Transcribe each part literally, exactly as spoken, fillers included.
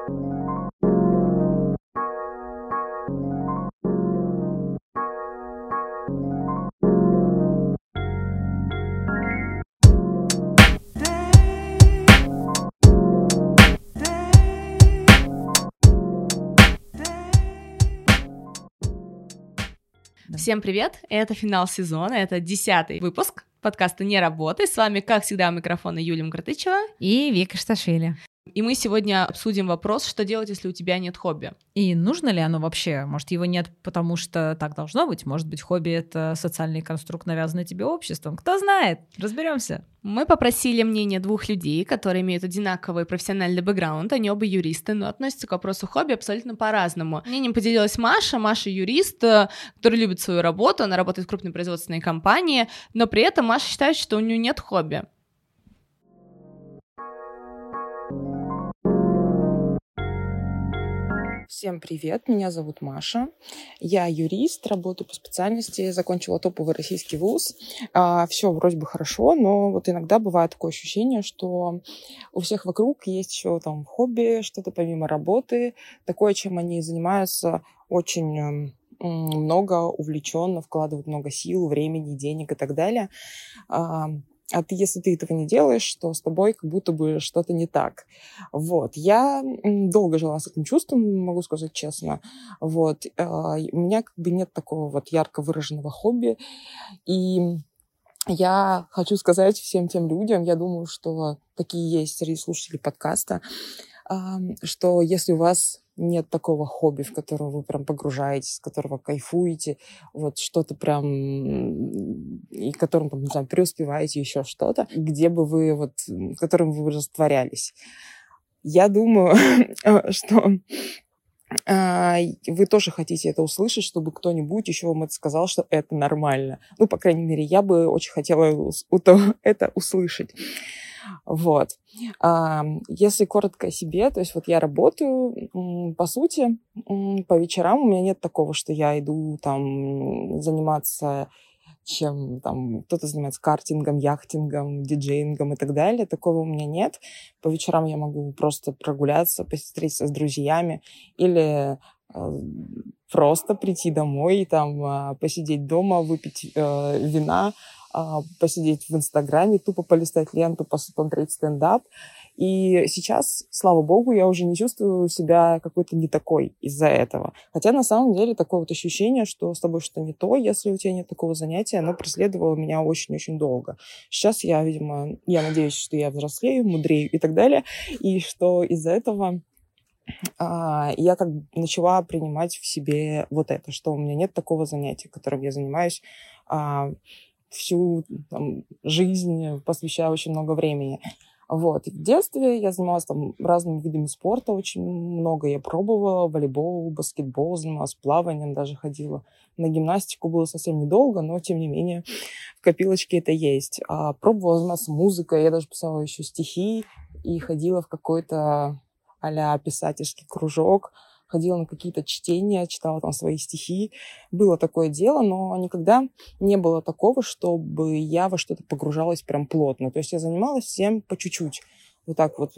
Всем привет! Это финал сезона, это десятый выпуск подкаста «Не работай». С вами, как всегда, у микрофона Юлия Мкртычева и Вика Шташвили. И мы сегодня обсудим вопрос, что делать, если у тебя нет хобби. И нужно ли оно вообще? Может, его нет, потому что так должно быть? Может быть, хобби — это социальный конструкт, навязанный тебе обществом? Кто знает? Разберемся. Мы попросили мнение двух людей, которые имеют одинаковый профессиональный бэкграунд. Они оба юристы, но относятся к вопросу хобби абсолютно по-разному. Мнением поделилась Маша. Маша юрист, который любит свою работу. Она работает в крупной производственной компании, но при этом Маша считает, что у нее нет хобби. Всем привет, меня зовут Маша. Я юрист, работаю по специальности, закончила топовый российский вуз. А, все вроде бы хорошо, но вот иногда бывает такое ощущение, что у всех вокруг есть еще там хобби, что-то помимо работы, такое, чем они занимаются очень много, увлеченно, вкладывают много сил, времени, денег и так далее. А, А ты, если ты этого не делаешь, то с тобой как будто бы что-то не так. Вот. Я долго жила с этим чувством, могу сказать честно. Вот. У меня как бы нет такого вот ярко выраженного хобби. И я хочу сказать всем тем людям, я думаю, что такие есть среди слушателей подкаста, что если у вас нет такого хобби, в которое вы прям погружаетесь, с которого кайфуете, вот что-то прям, и которым, там, не знаю, преуспеваете, еще что-то, где бы вы, вот, которым вы растворялись. Я думаю, что вы тоже хотите это услышать, чтобы кто-нибудь еще вам это сказал, что это нормально. Ну, по крайней мере, я бы очень хотела это услышать. Вот. Если коротко о себе, то есть вот я работаю, по сути, по вечерам у меня нет такого, что я иду там заниматься чем там кто-то занимается картингом, яхтингом, диджеингом и так далее. Такого у меня нет. По вечерам я могу просто прогуляться, встретиться с друзьями или просто прийти домой и там посидеть дома, выпить э, вина, посидеть в Инстаграме, тупо полистать ленту, посмотреть стендап. И сейчас, слава богу, я уже не чувствую себя какой-то не такой из-за этого. Хотя на самом деле такое вот ощущение, что с тобой что-то не то, если у тебя нет такого занятия, оно преследовало меня очень-очень долго. Сейчас я, видимо, я надеюсь, что я взрослею, мудрею и так далее, и что из-за этого а, я как бы начала принимать в себе вот это, что у меня нет такого занятия, которым я занимаюсь а, всю там, жизнь, посвящая очень много времени. Вот. И в детстве я занималась там разными видами спорта, очень много я пробовала, волейбол, баскетбол, занималась плаванием, даже ходила на гимнастику, было совсем недолго, но тем не менее в копилочке это есть. А пробовала заниматься музыкой, я даже писала еще стихи и ходила в какой-то а-ля писательский кружок, ходила на какие-то чтения, читала там свои стихи. Было такое дело, но никогда не было такого, чтобы я во что-то погружалась прям плотно. То есть я занималась всем по чуть-чуть. Вот так вот.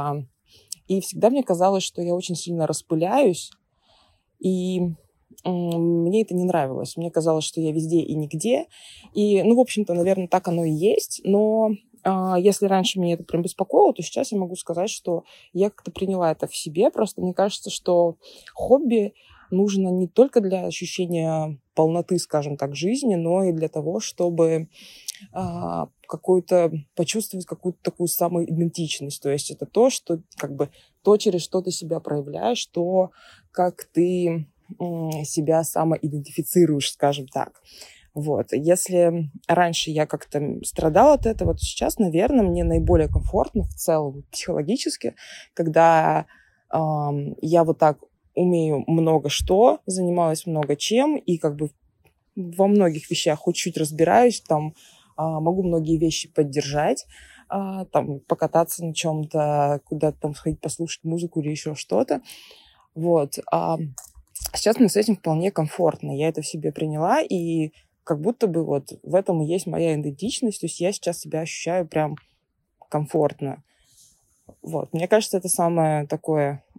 И всегда мне казалось, что я очень сильно распыляюсь. И мне это не нравилось. Мне казалось, что я везде и нигде. И, ну, в общем-то, наверное, так оно и есть. Но если раньше меня это прям беспокоило, то сейчас я могу сказать, что я как-то приняла это в себе. Просто мне кажется, что хобби нужно не только для ощущения полноты, скажем так, жизни, но и для того, чтобы а, какую-то почувствовать какую-то такую самоидентичность. То есть это то, что как бы то, через что ты себя проявляешь, то, как ты м, себя самоидентифицируешь, скажем так. Вот. Если раньше я как-то страдала от этого, то сейчас, наверное, мне наиболее комфортно в целом психологически, когда э, я вот так умею много что, занималась много чем, и как бы во многих вещах хоть чуть разбираюсь, там э, могу многие вещи поддержать, э, там покататься на чем-то, куда-то там сходить послушать музыку или еще что-то. Вот. А сейчас мне с этим вполне комфортно. Я это в себе приняла, и как будто бы вот в этом и есть моя идентичность. То есть я сейчас себя ощущаю прям комфортно. Вот. Мне кажется, это самое такое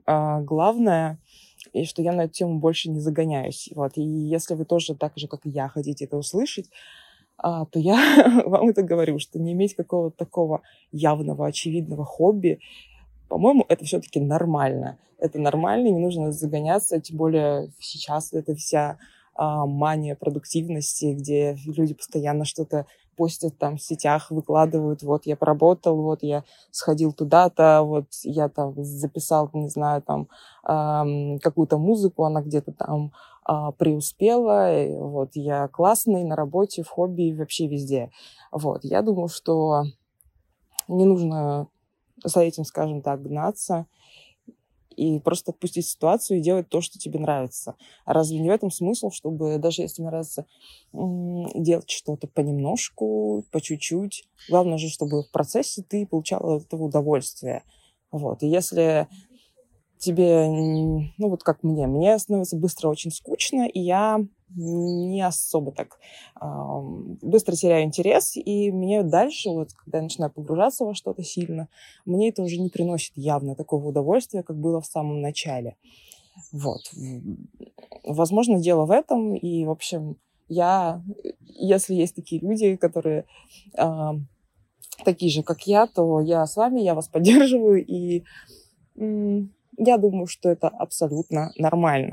а, главное, и что я на эту тему больше не загоняюсь. Вот. И если вы тоже так же, как и я, хотите это услышать, а, то я вам это говорю, что не иметь какого-то такого явного, очевидного хобби, по-моему, это все-таки нормально. Это нормально, не нужно загоняться, тем более сейчас это вся а, мания продуктивности, где люди постоянно что-то постят там в сетях, выкладывают, вот я поработал, вот я сходил туда-то, вот я там записал, не знаю, там эм, какую-то музыку, она где-то там э, преуспела, и вот я классный на работе, в хобби, вообще везде. Вот, я думаю, что не нужно за этим, скажем так, гнаться и просто отпустить ситуацию и делать то, что тебе нравится. А разве не в этом смысл, чтобы даже если нравится делать что-то понемножку, по чуть-чуть, главное же, чтобы в процессе ты получал от этого удовольствие. Вот. И если тебе, ну вот как мне, мне становится быстро очень скучно, и я не особо так э, быстро теряю интерес, и мне дальше, вот когда я начинаю погружаться во что-то сильно, мне это уже не приносит явно такого удовольствия, как было в самом начале. Вот. Возможно, дело в этом, и, в общем, я, если есть такие люди, которые э, такие же, как я, то я с вами, я вас поддерживаю, и э, я думаю, что это абсолютно нормально.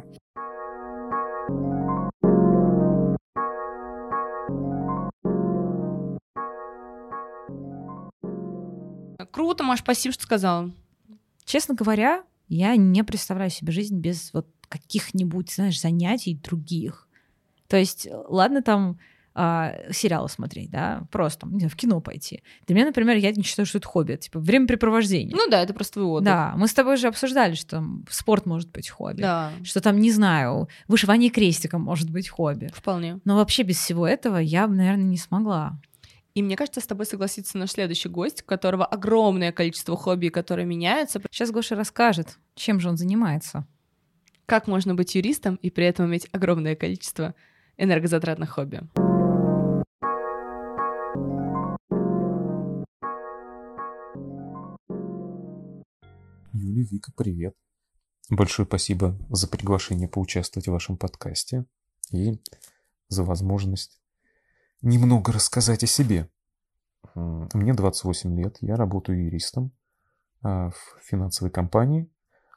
Круто, Маш, спасибо, что сказала. Честно говоря, я не представляю себе жизнь без вот каких-нибудь, знаешь, занятий других. То есть, ладно, там а, сериалы смотреть, да, просто там, не знаю, в кино пойти. Для меня, например, я не считаю, что это хобби, это, типа времяпрепровождение. Ну да, это просто твой отдых. Да, мы с тобой же обсуждали, что там спорт может быть хобби, да. Что там, не знаю, вышивание крестиком может быть хобби. Вполне. Но вообще без всего этого я бы, наверное, не смогла. И мне кажется, с тобой согласится наш следующий гость, у которого огромное количество хобби, которые меняются. Сейчас Гоша расскажет, чем же он занимается. Как можно быть юристом и при этом иметь огромное количество энергозатратных хобби. Юля, Вика, привет. Большое спасибо за приглашение поучаствовать в вашем подкасте и за возможность немного рассказать о себе. Мне двадцать восемь лет, я работаю юристом в финансовой компании.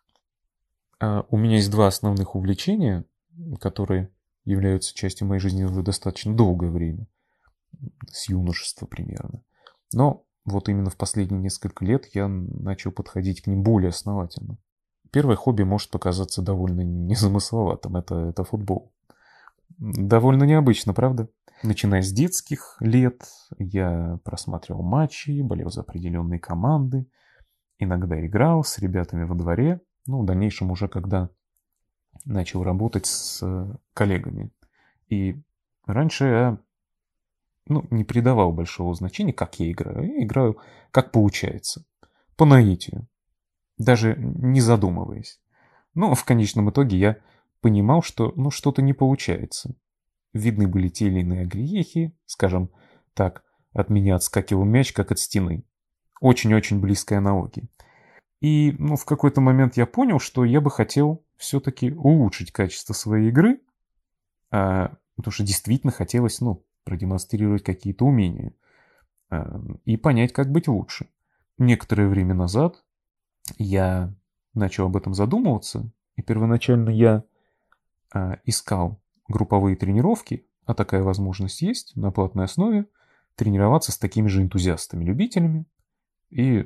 У меня есть два основных увлечения, которые являются частью моей жизни уже достаточно долгое время, с юношества примерно. Но вот именно в последние несколько лет я начал подходить к ним более основательно. Первое хобби может показаться довольно незамысловатым, это, это футбол. Довольно необычно, правда? Начиная с детских лет я просматривал матчи, болел за определенные команды, иногда играл с ребятами во дворе, ну, в дальнейшем уже когда начал работать с коллегами. И раньше я ну, не придавал большого значения, как я играю. Я играю, как получается, по наитию, даже не задумываясь. Но в конечном итоге я понимал, что ну, что-то не получается. Видны были те или иные огрехи, скажем так, от меня отскакивал мяч, как от стены. Очень-очень близкой аналогии. И ну, в какой-то момент я понял, что я бы хотел все-таки улучшить качество своей игры, а, потому что действительно хотелось ну, продемонстрировать какие-то умения а, и понять, как быть лучше. Некоторое время назад я начал об этом задумываться, и первоначально я а, искал групповые тренировки, а такая возможность есть на платной основе, тренироваться с такими же энтузиастами-любителями и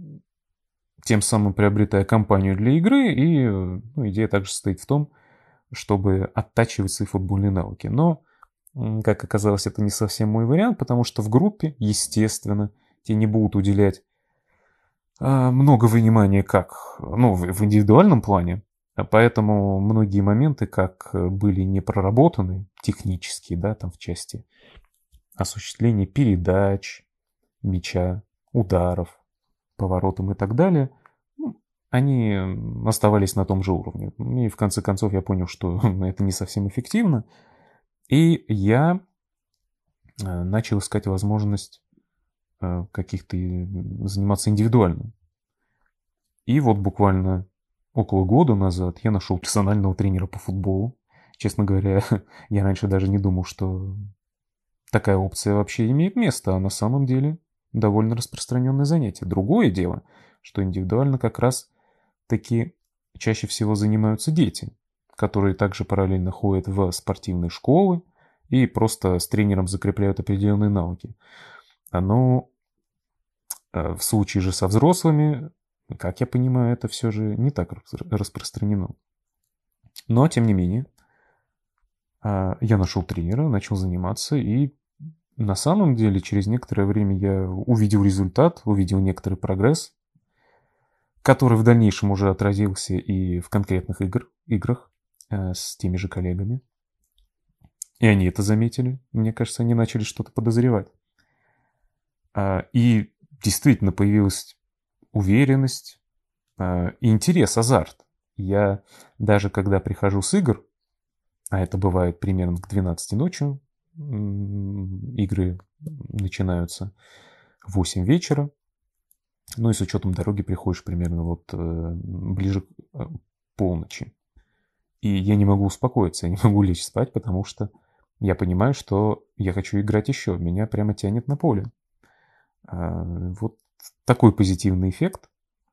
тем самым приобретая компанию для игры, и ну, идея также состоит в том, чтобы оттачивать свои футбольные навыки. Но, как оказалось, это не совсем мой вариант, потому что в группе, естественно, тебе не будут уделять а, много внимания как ну, в индивидуальном плане, поэтому многие моменты как были не проработаны технически, да, там в части осуществления передач, мяча, ударов, поворотом и так далее, ну, они оставались на том же уровне. И в конце концов я понял, что это не совсем эффективно. И я начал искать возможность каких-то заниматься индивидуально. И вот буквально около года назад я нашел персонального тренера по футболу. Честно говоря, я раньше даже не думал, что такая опция вообще имеет место, а на самом деле довольно распространенное занятие. Другое дело, что индивидуально как раз таки чаще всего занимаются дети, которые также параллельно ходят в спортивные школы и просто с тренером закрепляют определенные навыки. Но в случае же со взрослыми, как я понимаю, это все же не так распространено. Но, тем не менее, я нашел тренера, начал заниматься, и на самом деле через некоторое время я увидел результат, увидел некоторый прогресс, который в дальнейшем уже отразился и в конкретных игр, играх с теми же коллегами. И они это заметили. Мне кажется, они начали что-то подозревать. И действительно появилась уверенность и интерес, азарт. Я даже когда прихожу с игр, а это бывает примерно к двенадцати ночи, игры начинаются в восемь вечера, ну и с учетом дороги приходишь примерно вот ближе к полночи. И я не могу успокоиться, я не могу лечь спать, потому что я понимаю, что я хочу играть еще, меня прямо тянет на поле. Вот такой позитивный эффект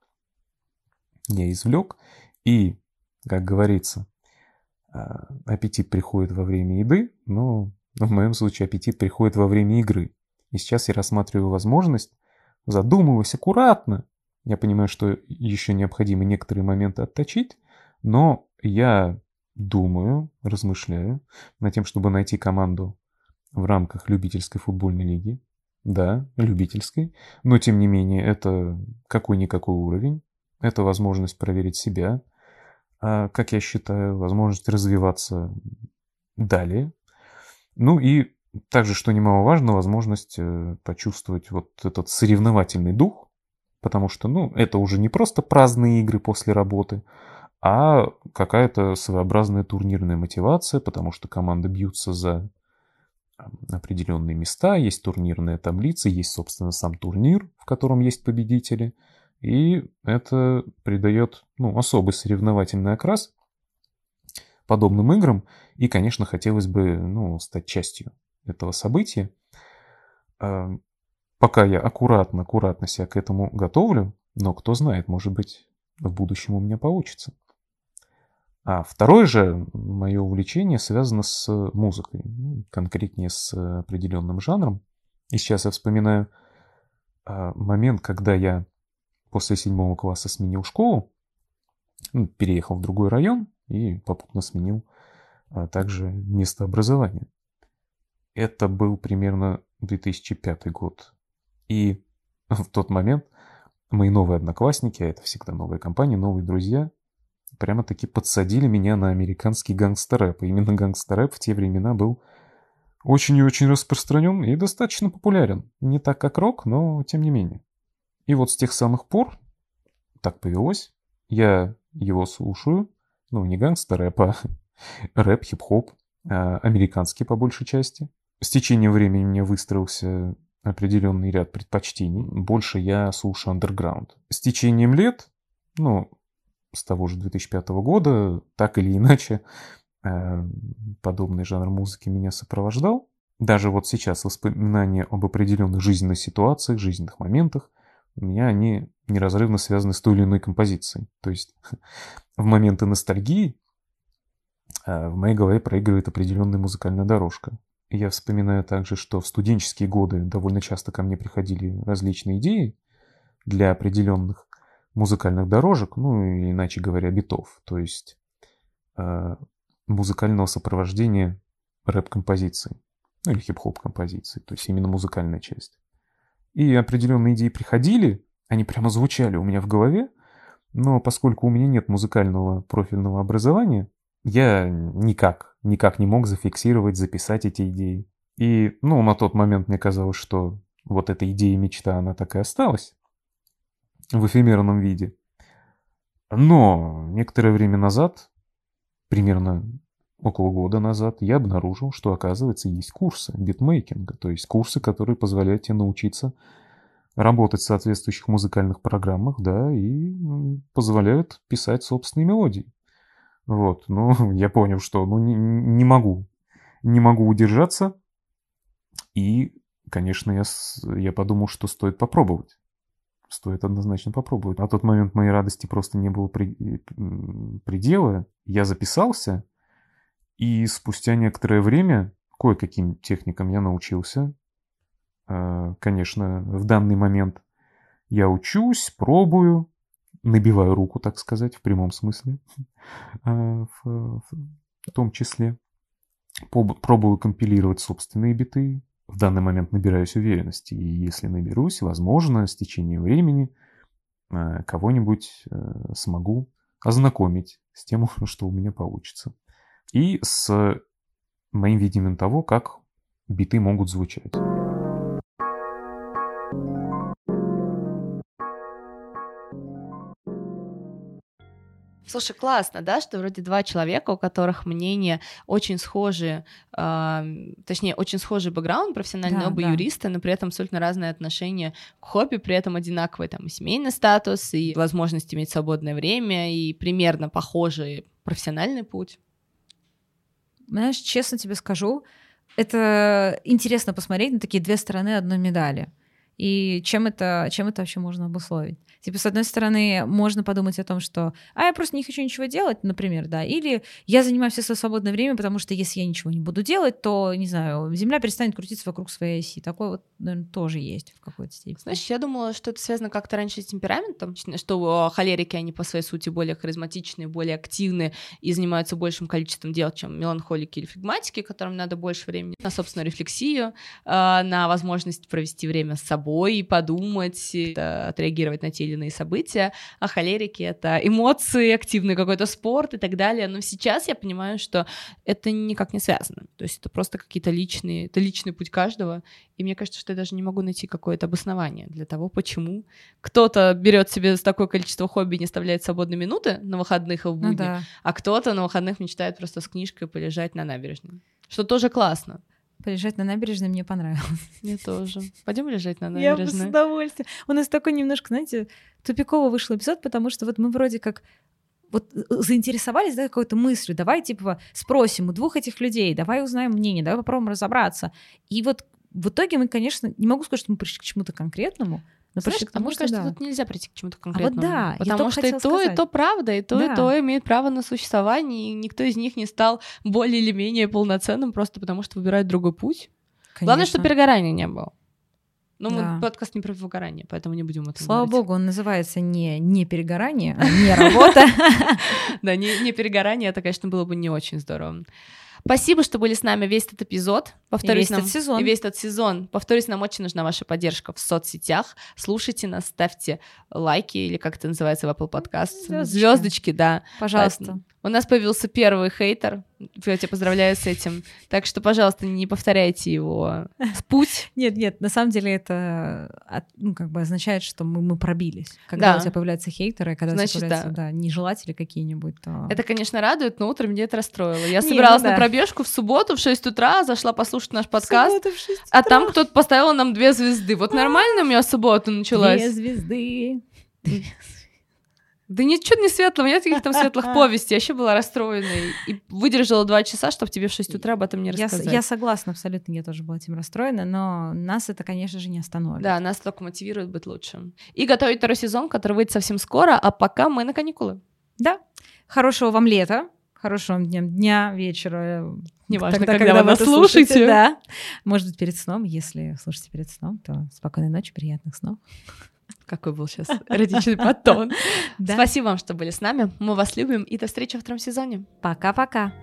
я извлек. И, как говорится, аппетит приходит во время еды, но в моем случае аппетит приходит во время игры. И сейчас я рассматриваю возможность, задумываюсь аккуратно. Я понимаю, что еще необходимо некоторые моменты отточить, но я думаю, размышляю над тем, чтобы найти команду в рамках любительской футбольной лиги. Да, любительской, но тем не менее это какой-никакой уровень, это возможность проверить себя, как я считаю, возможность развиваться далее. Ну и также, что немаловажно, возможность почувствовать вот этот соревновательный дух, потому что, ну, это уже не просто праздные игры после работы, а какая-то своеобразная турнирная мотивация, потому что команды бьются за определенные места, есть турнирная таблица, есть, собственно, сам турнир, в котором есть победители, и это придает, ну, особый соревновательный окрас подобным играм, и, конечно, хотелось бы, ну, стать частью этого события. Пока я аккуратно, аккуратно себя к этому готовлю, но кто знает, может быть, в будущем у меня получится. А второе же мое увлечение связано с музыкой, конкретнее с определенным жанром. И сейчас я вспоминаю момент, когда я после седьмого класса сменил школу, переехал в другой район и попутно сменил также место образования. Это был примерно две тысячи пятый год. И в тот момент мои новые одноклассники, а это всегда новая компания, новые друзья, прямо-таки подсадили меня на американский гангстер-рэп. И именно гангстер-рэп в те времена был очень и очень распространен и достаточно популярен. Не так, как рок, но тем не менее. И вот с тех самых пор, так повелось, я его слушаю. Ну, не гангстер-рэп, а рэп, хип-хоп, американский по большей части. С течением времени у меня выстроился определенный ряд предпочтений. Больше я слушаю андерграунд. С течением лет, ну, с того же две тысячи пятого года, так или иначе, подобный жанр музыки меня сопровождал. Даже вот сейчас воспоминания об определенных жизненных ситуациях, жизненных моментах, у меня они неразрывно связаны с той или иной композицией. То есть в моменты ностальгии в моей голове проигрывает определенная музыкальная дорожка. Я вспоминаю также, что в студенческие годы довольно часто ко мне приходили различные идеи для определенных музыкальных дорожек, ну, иначе говоря, битов, то есть э, музыкального сопровождения рэп-композиции, ну, или хип-хоп-композиции, то есть именно музыкальная часть. И определенные идеи приходили, они прямо звучали у меня в голове, но поскольку у меня нет музыкального профильного образования, я никак, никак не мог зафиксировать, записать эти идеи. И, ну, на тот момент мне казалось, что вот эта идея мечта, она так и осталась в эфемерном виде. Но некоторое время назад, примерно около года назад, я обнаружил, что, оказывается, есть курсы битмейкинга, то есть курсы, которые позволяют тебе научиться работать в соответствующих музыкальных программах, да, и позволяют писать собственные мелодии. Вот, ну, я понял, что ну, не, не могу, не могу удержаться. И, конечно, я, я подумал, что стоит попробовать. Стоит однозначно попробовать. На тот момент моей радости просто не было предела. Я записался, и спустя некоторое время кое-каким техникам я научился. Конечно, в данный момент я учусь, пробую, набиваю руку, так сказать, в прямом смысле, в, в том числе. Пробую компилировать собственные биты. В данный момент набираюсь уверенности. И если наберусь, возможно, с течением времени кого-нибудь смогу ознакомить с тем, что у меня получится. И с моим видением того, как биты могут звучать. Слушай, классно, да, что вроде два человека, у которых мнения очень схожие, э, точнее, очень схожий бэкграунд профессиональный, да, оба да. юристы, но при этом абсолютно разные отношения к хобби, при этом одинаковый там и семейный статус, и возможность иметь свободное время, и примерно похожий профессиональный путь. Знаешь, честно тебе скажу, это интересно посмотреть на такие две стороны одной медали. И чем это, чем это вообще можно обусловить? Типа, с одной стороны, можно подумать о том, что «а я просто не хочу ничего делать», например, да, или «я занимаю все свое свободное время, потому что если я ничего не буду делать, то, не знаю, Земля перестанет крутиться вокруг своей оси». Такое вот, наверное, тоже есть в какой-то степени. Знаешь, я думала, что это связано как-то раньше с темпераментом, что холерики, они по своей сути более харизматичные, более активные и занимаются большим количеством дел, чем меланхолики или флегматики, которым надо больше времени на собственную рефлексию, на возможность провести время с собой и подумать, отреагировать на те или иные события, а холерики — это эмоции, активный какой-то спорт и так далее. Но сейчас я понимаю, что это никак не связано. То есть это просто какие-то личные, это личный путь каждого. И мне кажется, что я даже не могу найти какое-то обоснование для того, почему кто-то берет себе такое количество хобби и не оставляет свободные минуты на выходных и в будни, ну, да. а кто-то на выходных мечтает просто с книжкой полежать на набережной. Что тоже классно. Полежать на набережной мне понравилось. Мне тоже. Пойдем лежать на набережной. Я бы с удовольствием. У нас такой немножко, знаете, тупиково вышел эпизод, потому что вот мы вроде как вот заинтересовались, да, какой-то мыслью. Давай, типа, спросим у двух этих людей, давай узнаем мнение, давай попробуем разобраться. И вот в итоге мы, конечно, не могу сказать, что мы пришли к чему-то конкретному, но знаешь, пришли к тому, мне что кажется, да. тут нельзя прийти к чему-то конкретному. А вот да, потому что и то, сказать. и то правда, и то, да. и то имеет право на существование, и никто из них не стал более или менее полноценным просто потому, что выбирает другой путь. Конечно. Главное, что перегорания не было. Но да. мы подкаст не про выгорание, поэтому не будем это Слава говорить. богу, он называется не, не перегорание, а не работа. Да, не перегорание, это, конечно, было бы не очень здорово. Спасибо, что были с нами весь этот эпизод. Повторюсь, и весь нам, этот сезон. И весь этот сезон. Повторюсь, нам очень нужна ваша поддержка в соцсетях. Слушайте нас, ставьте лайки, или как это называется в Apple Podcasts. Звездочки, Звездочки да. Пожалуйста. У нас появился первый хейтер. Я тебя поздравляю с этим. Так что, пожалуйста, не повторяйте его путь. Нет, нет, на самом деле это ну, как бы означает, что мы, мы пробились. Когда да. у тебя появляются хейтеры, когда Значит, у тебя появляются да. Да, нежелатели какие-нибудь, то... Это, конечно, радует, но утром меня это расстроило. Я собиралась не, ну, да. на пробежку в субботу в шесть утра, зашла послушать наш подкаст, в шесть утра. А там кто-то поставил нам две звезды. Вот нормально у меня суббота началась? Две звезды. Да ничего не светлого, нет никаких там светлых повестей. Я еще была расстроена и выдержала два часа, чтобы тебе в шесть утра об этом не рассказать. Я, я согласна абсолютно, я тоже была этим расстроена, но нас это, конечно же, не остановит. Да, нас только мотивирует быть лучше. И готовить второй сезон, который выйдет совсем скоро, а пока мы на каникулы. Да. Хорошего вам лета, хорошего вам дня, дня вечера. Неважно, тогда, когда, когда вы нас слушаете. слушаете. Да. Может быть, перед сном. Если слушаете перед сном, то спокойной ночи, приятных снов. Какой был сейчас эротичный подтон. Да. Спасибо вам, что были с нами. Мы вас любим. И до встречи во втором сезоне. Пока-пока.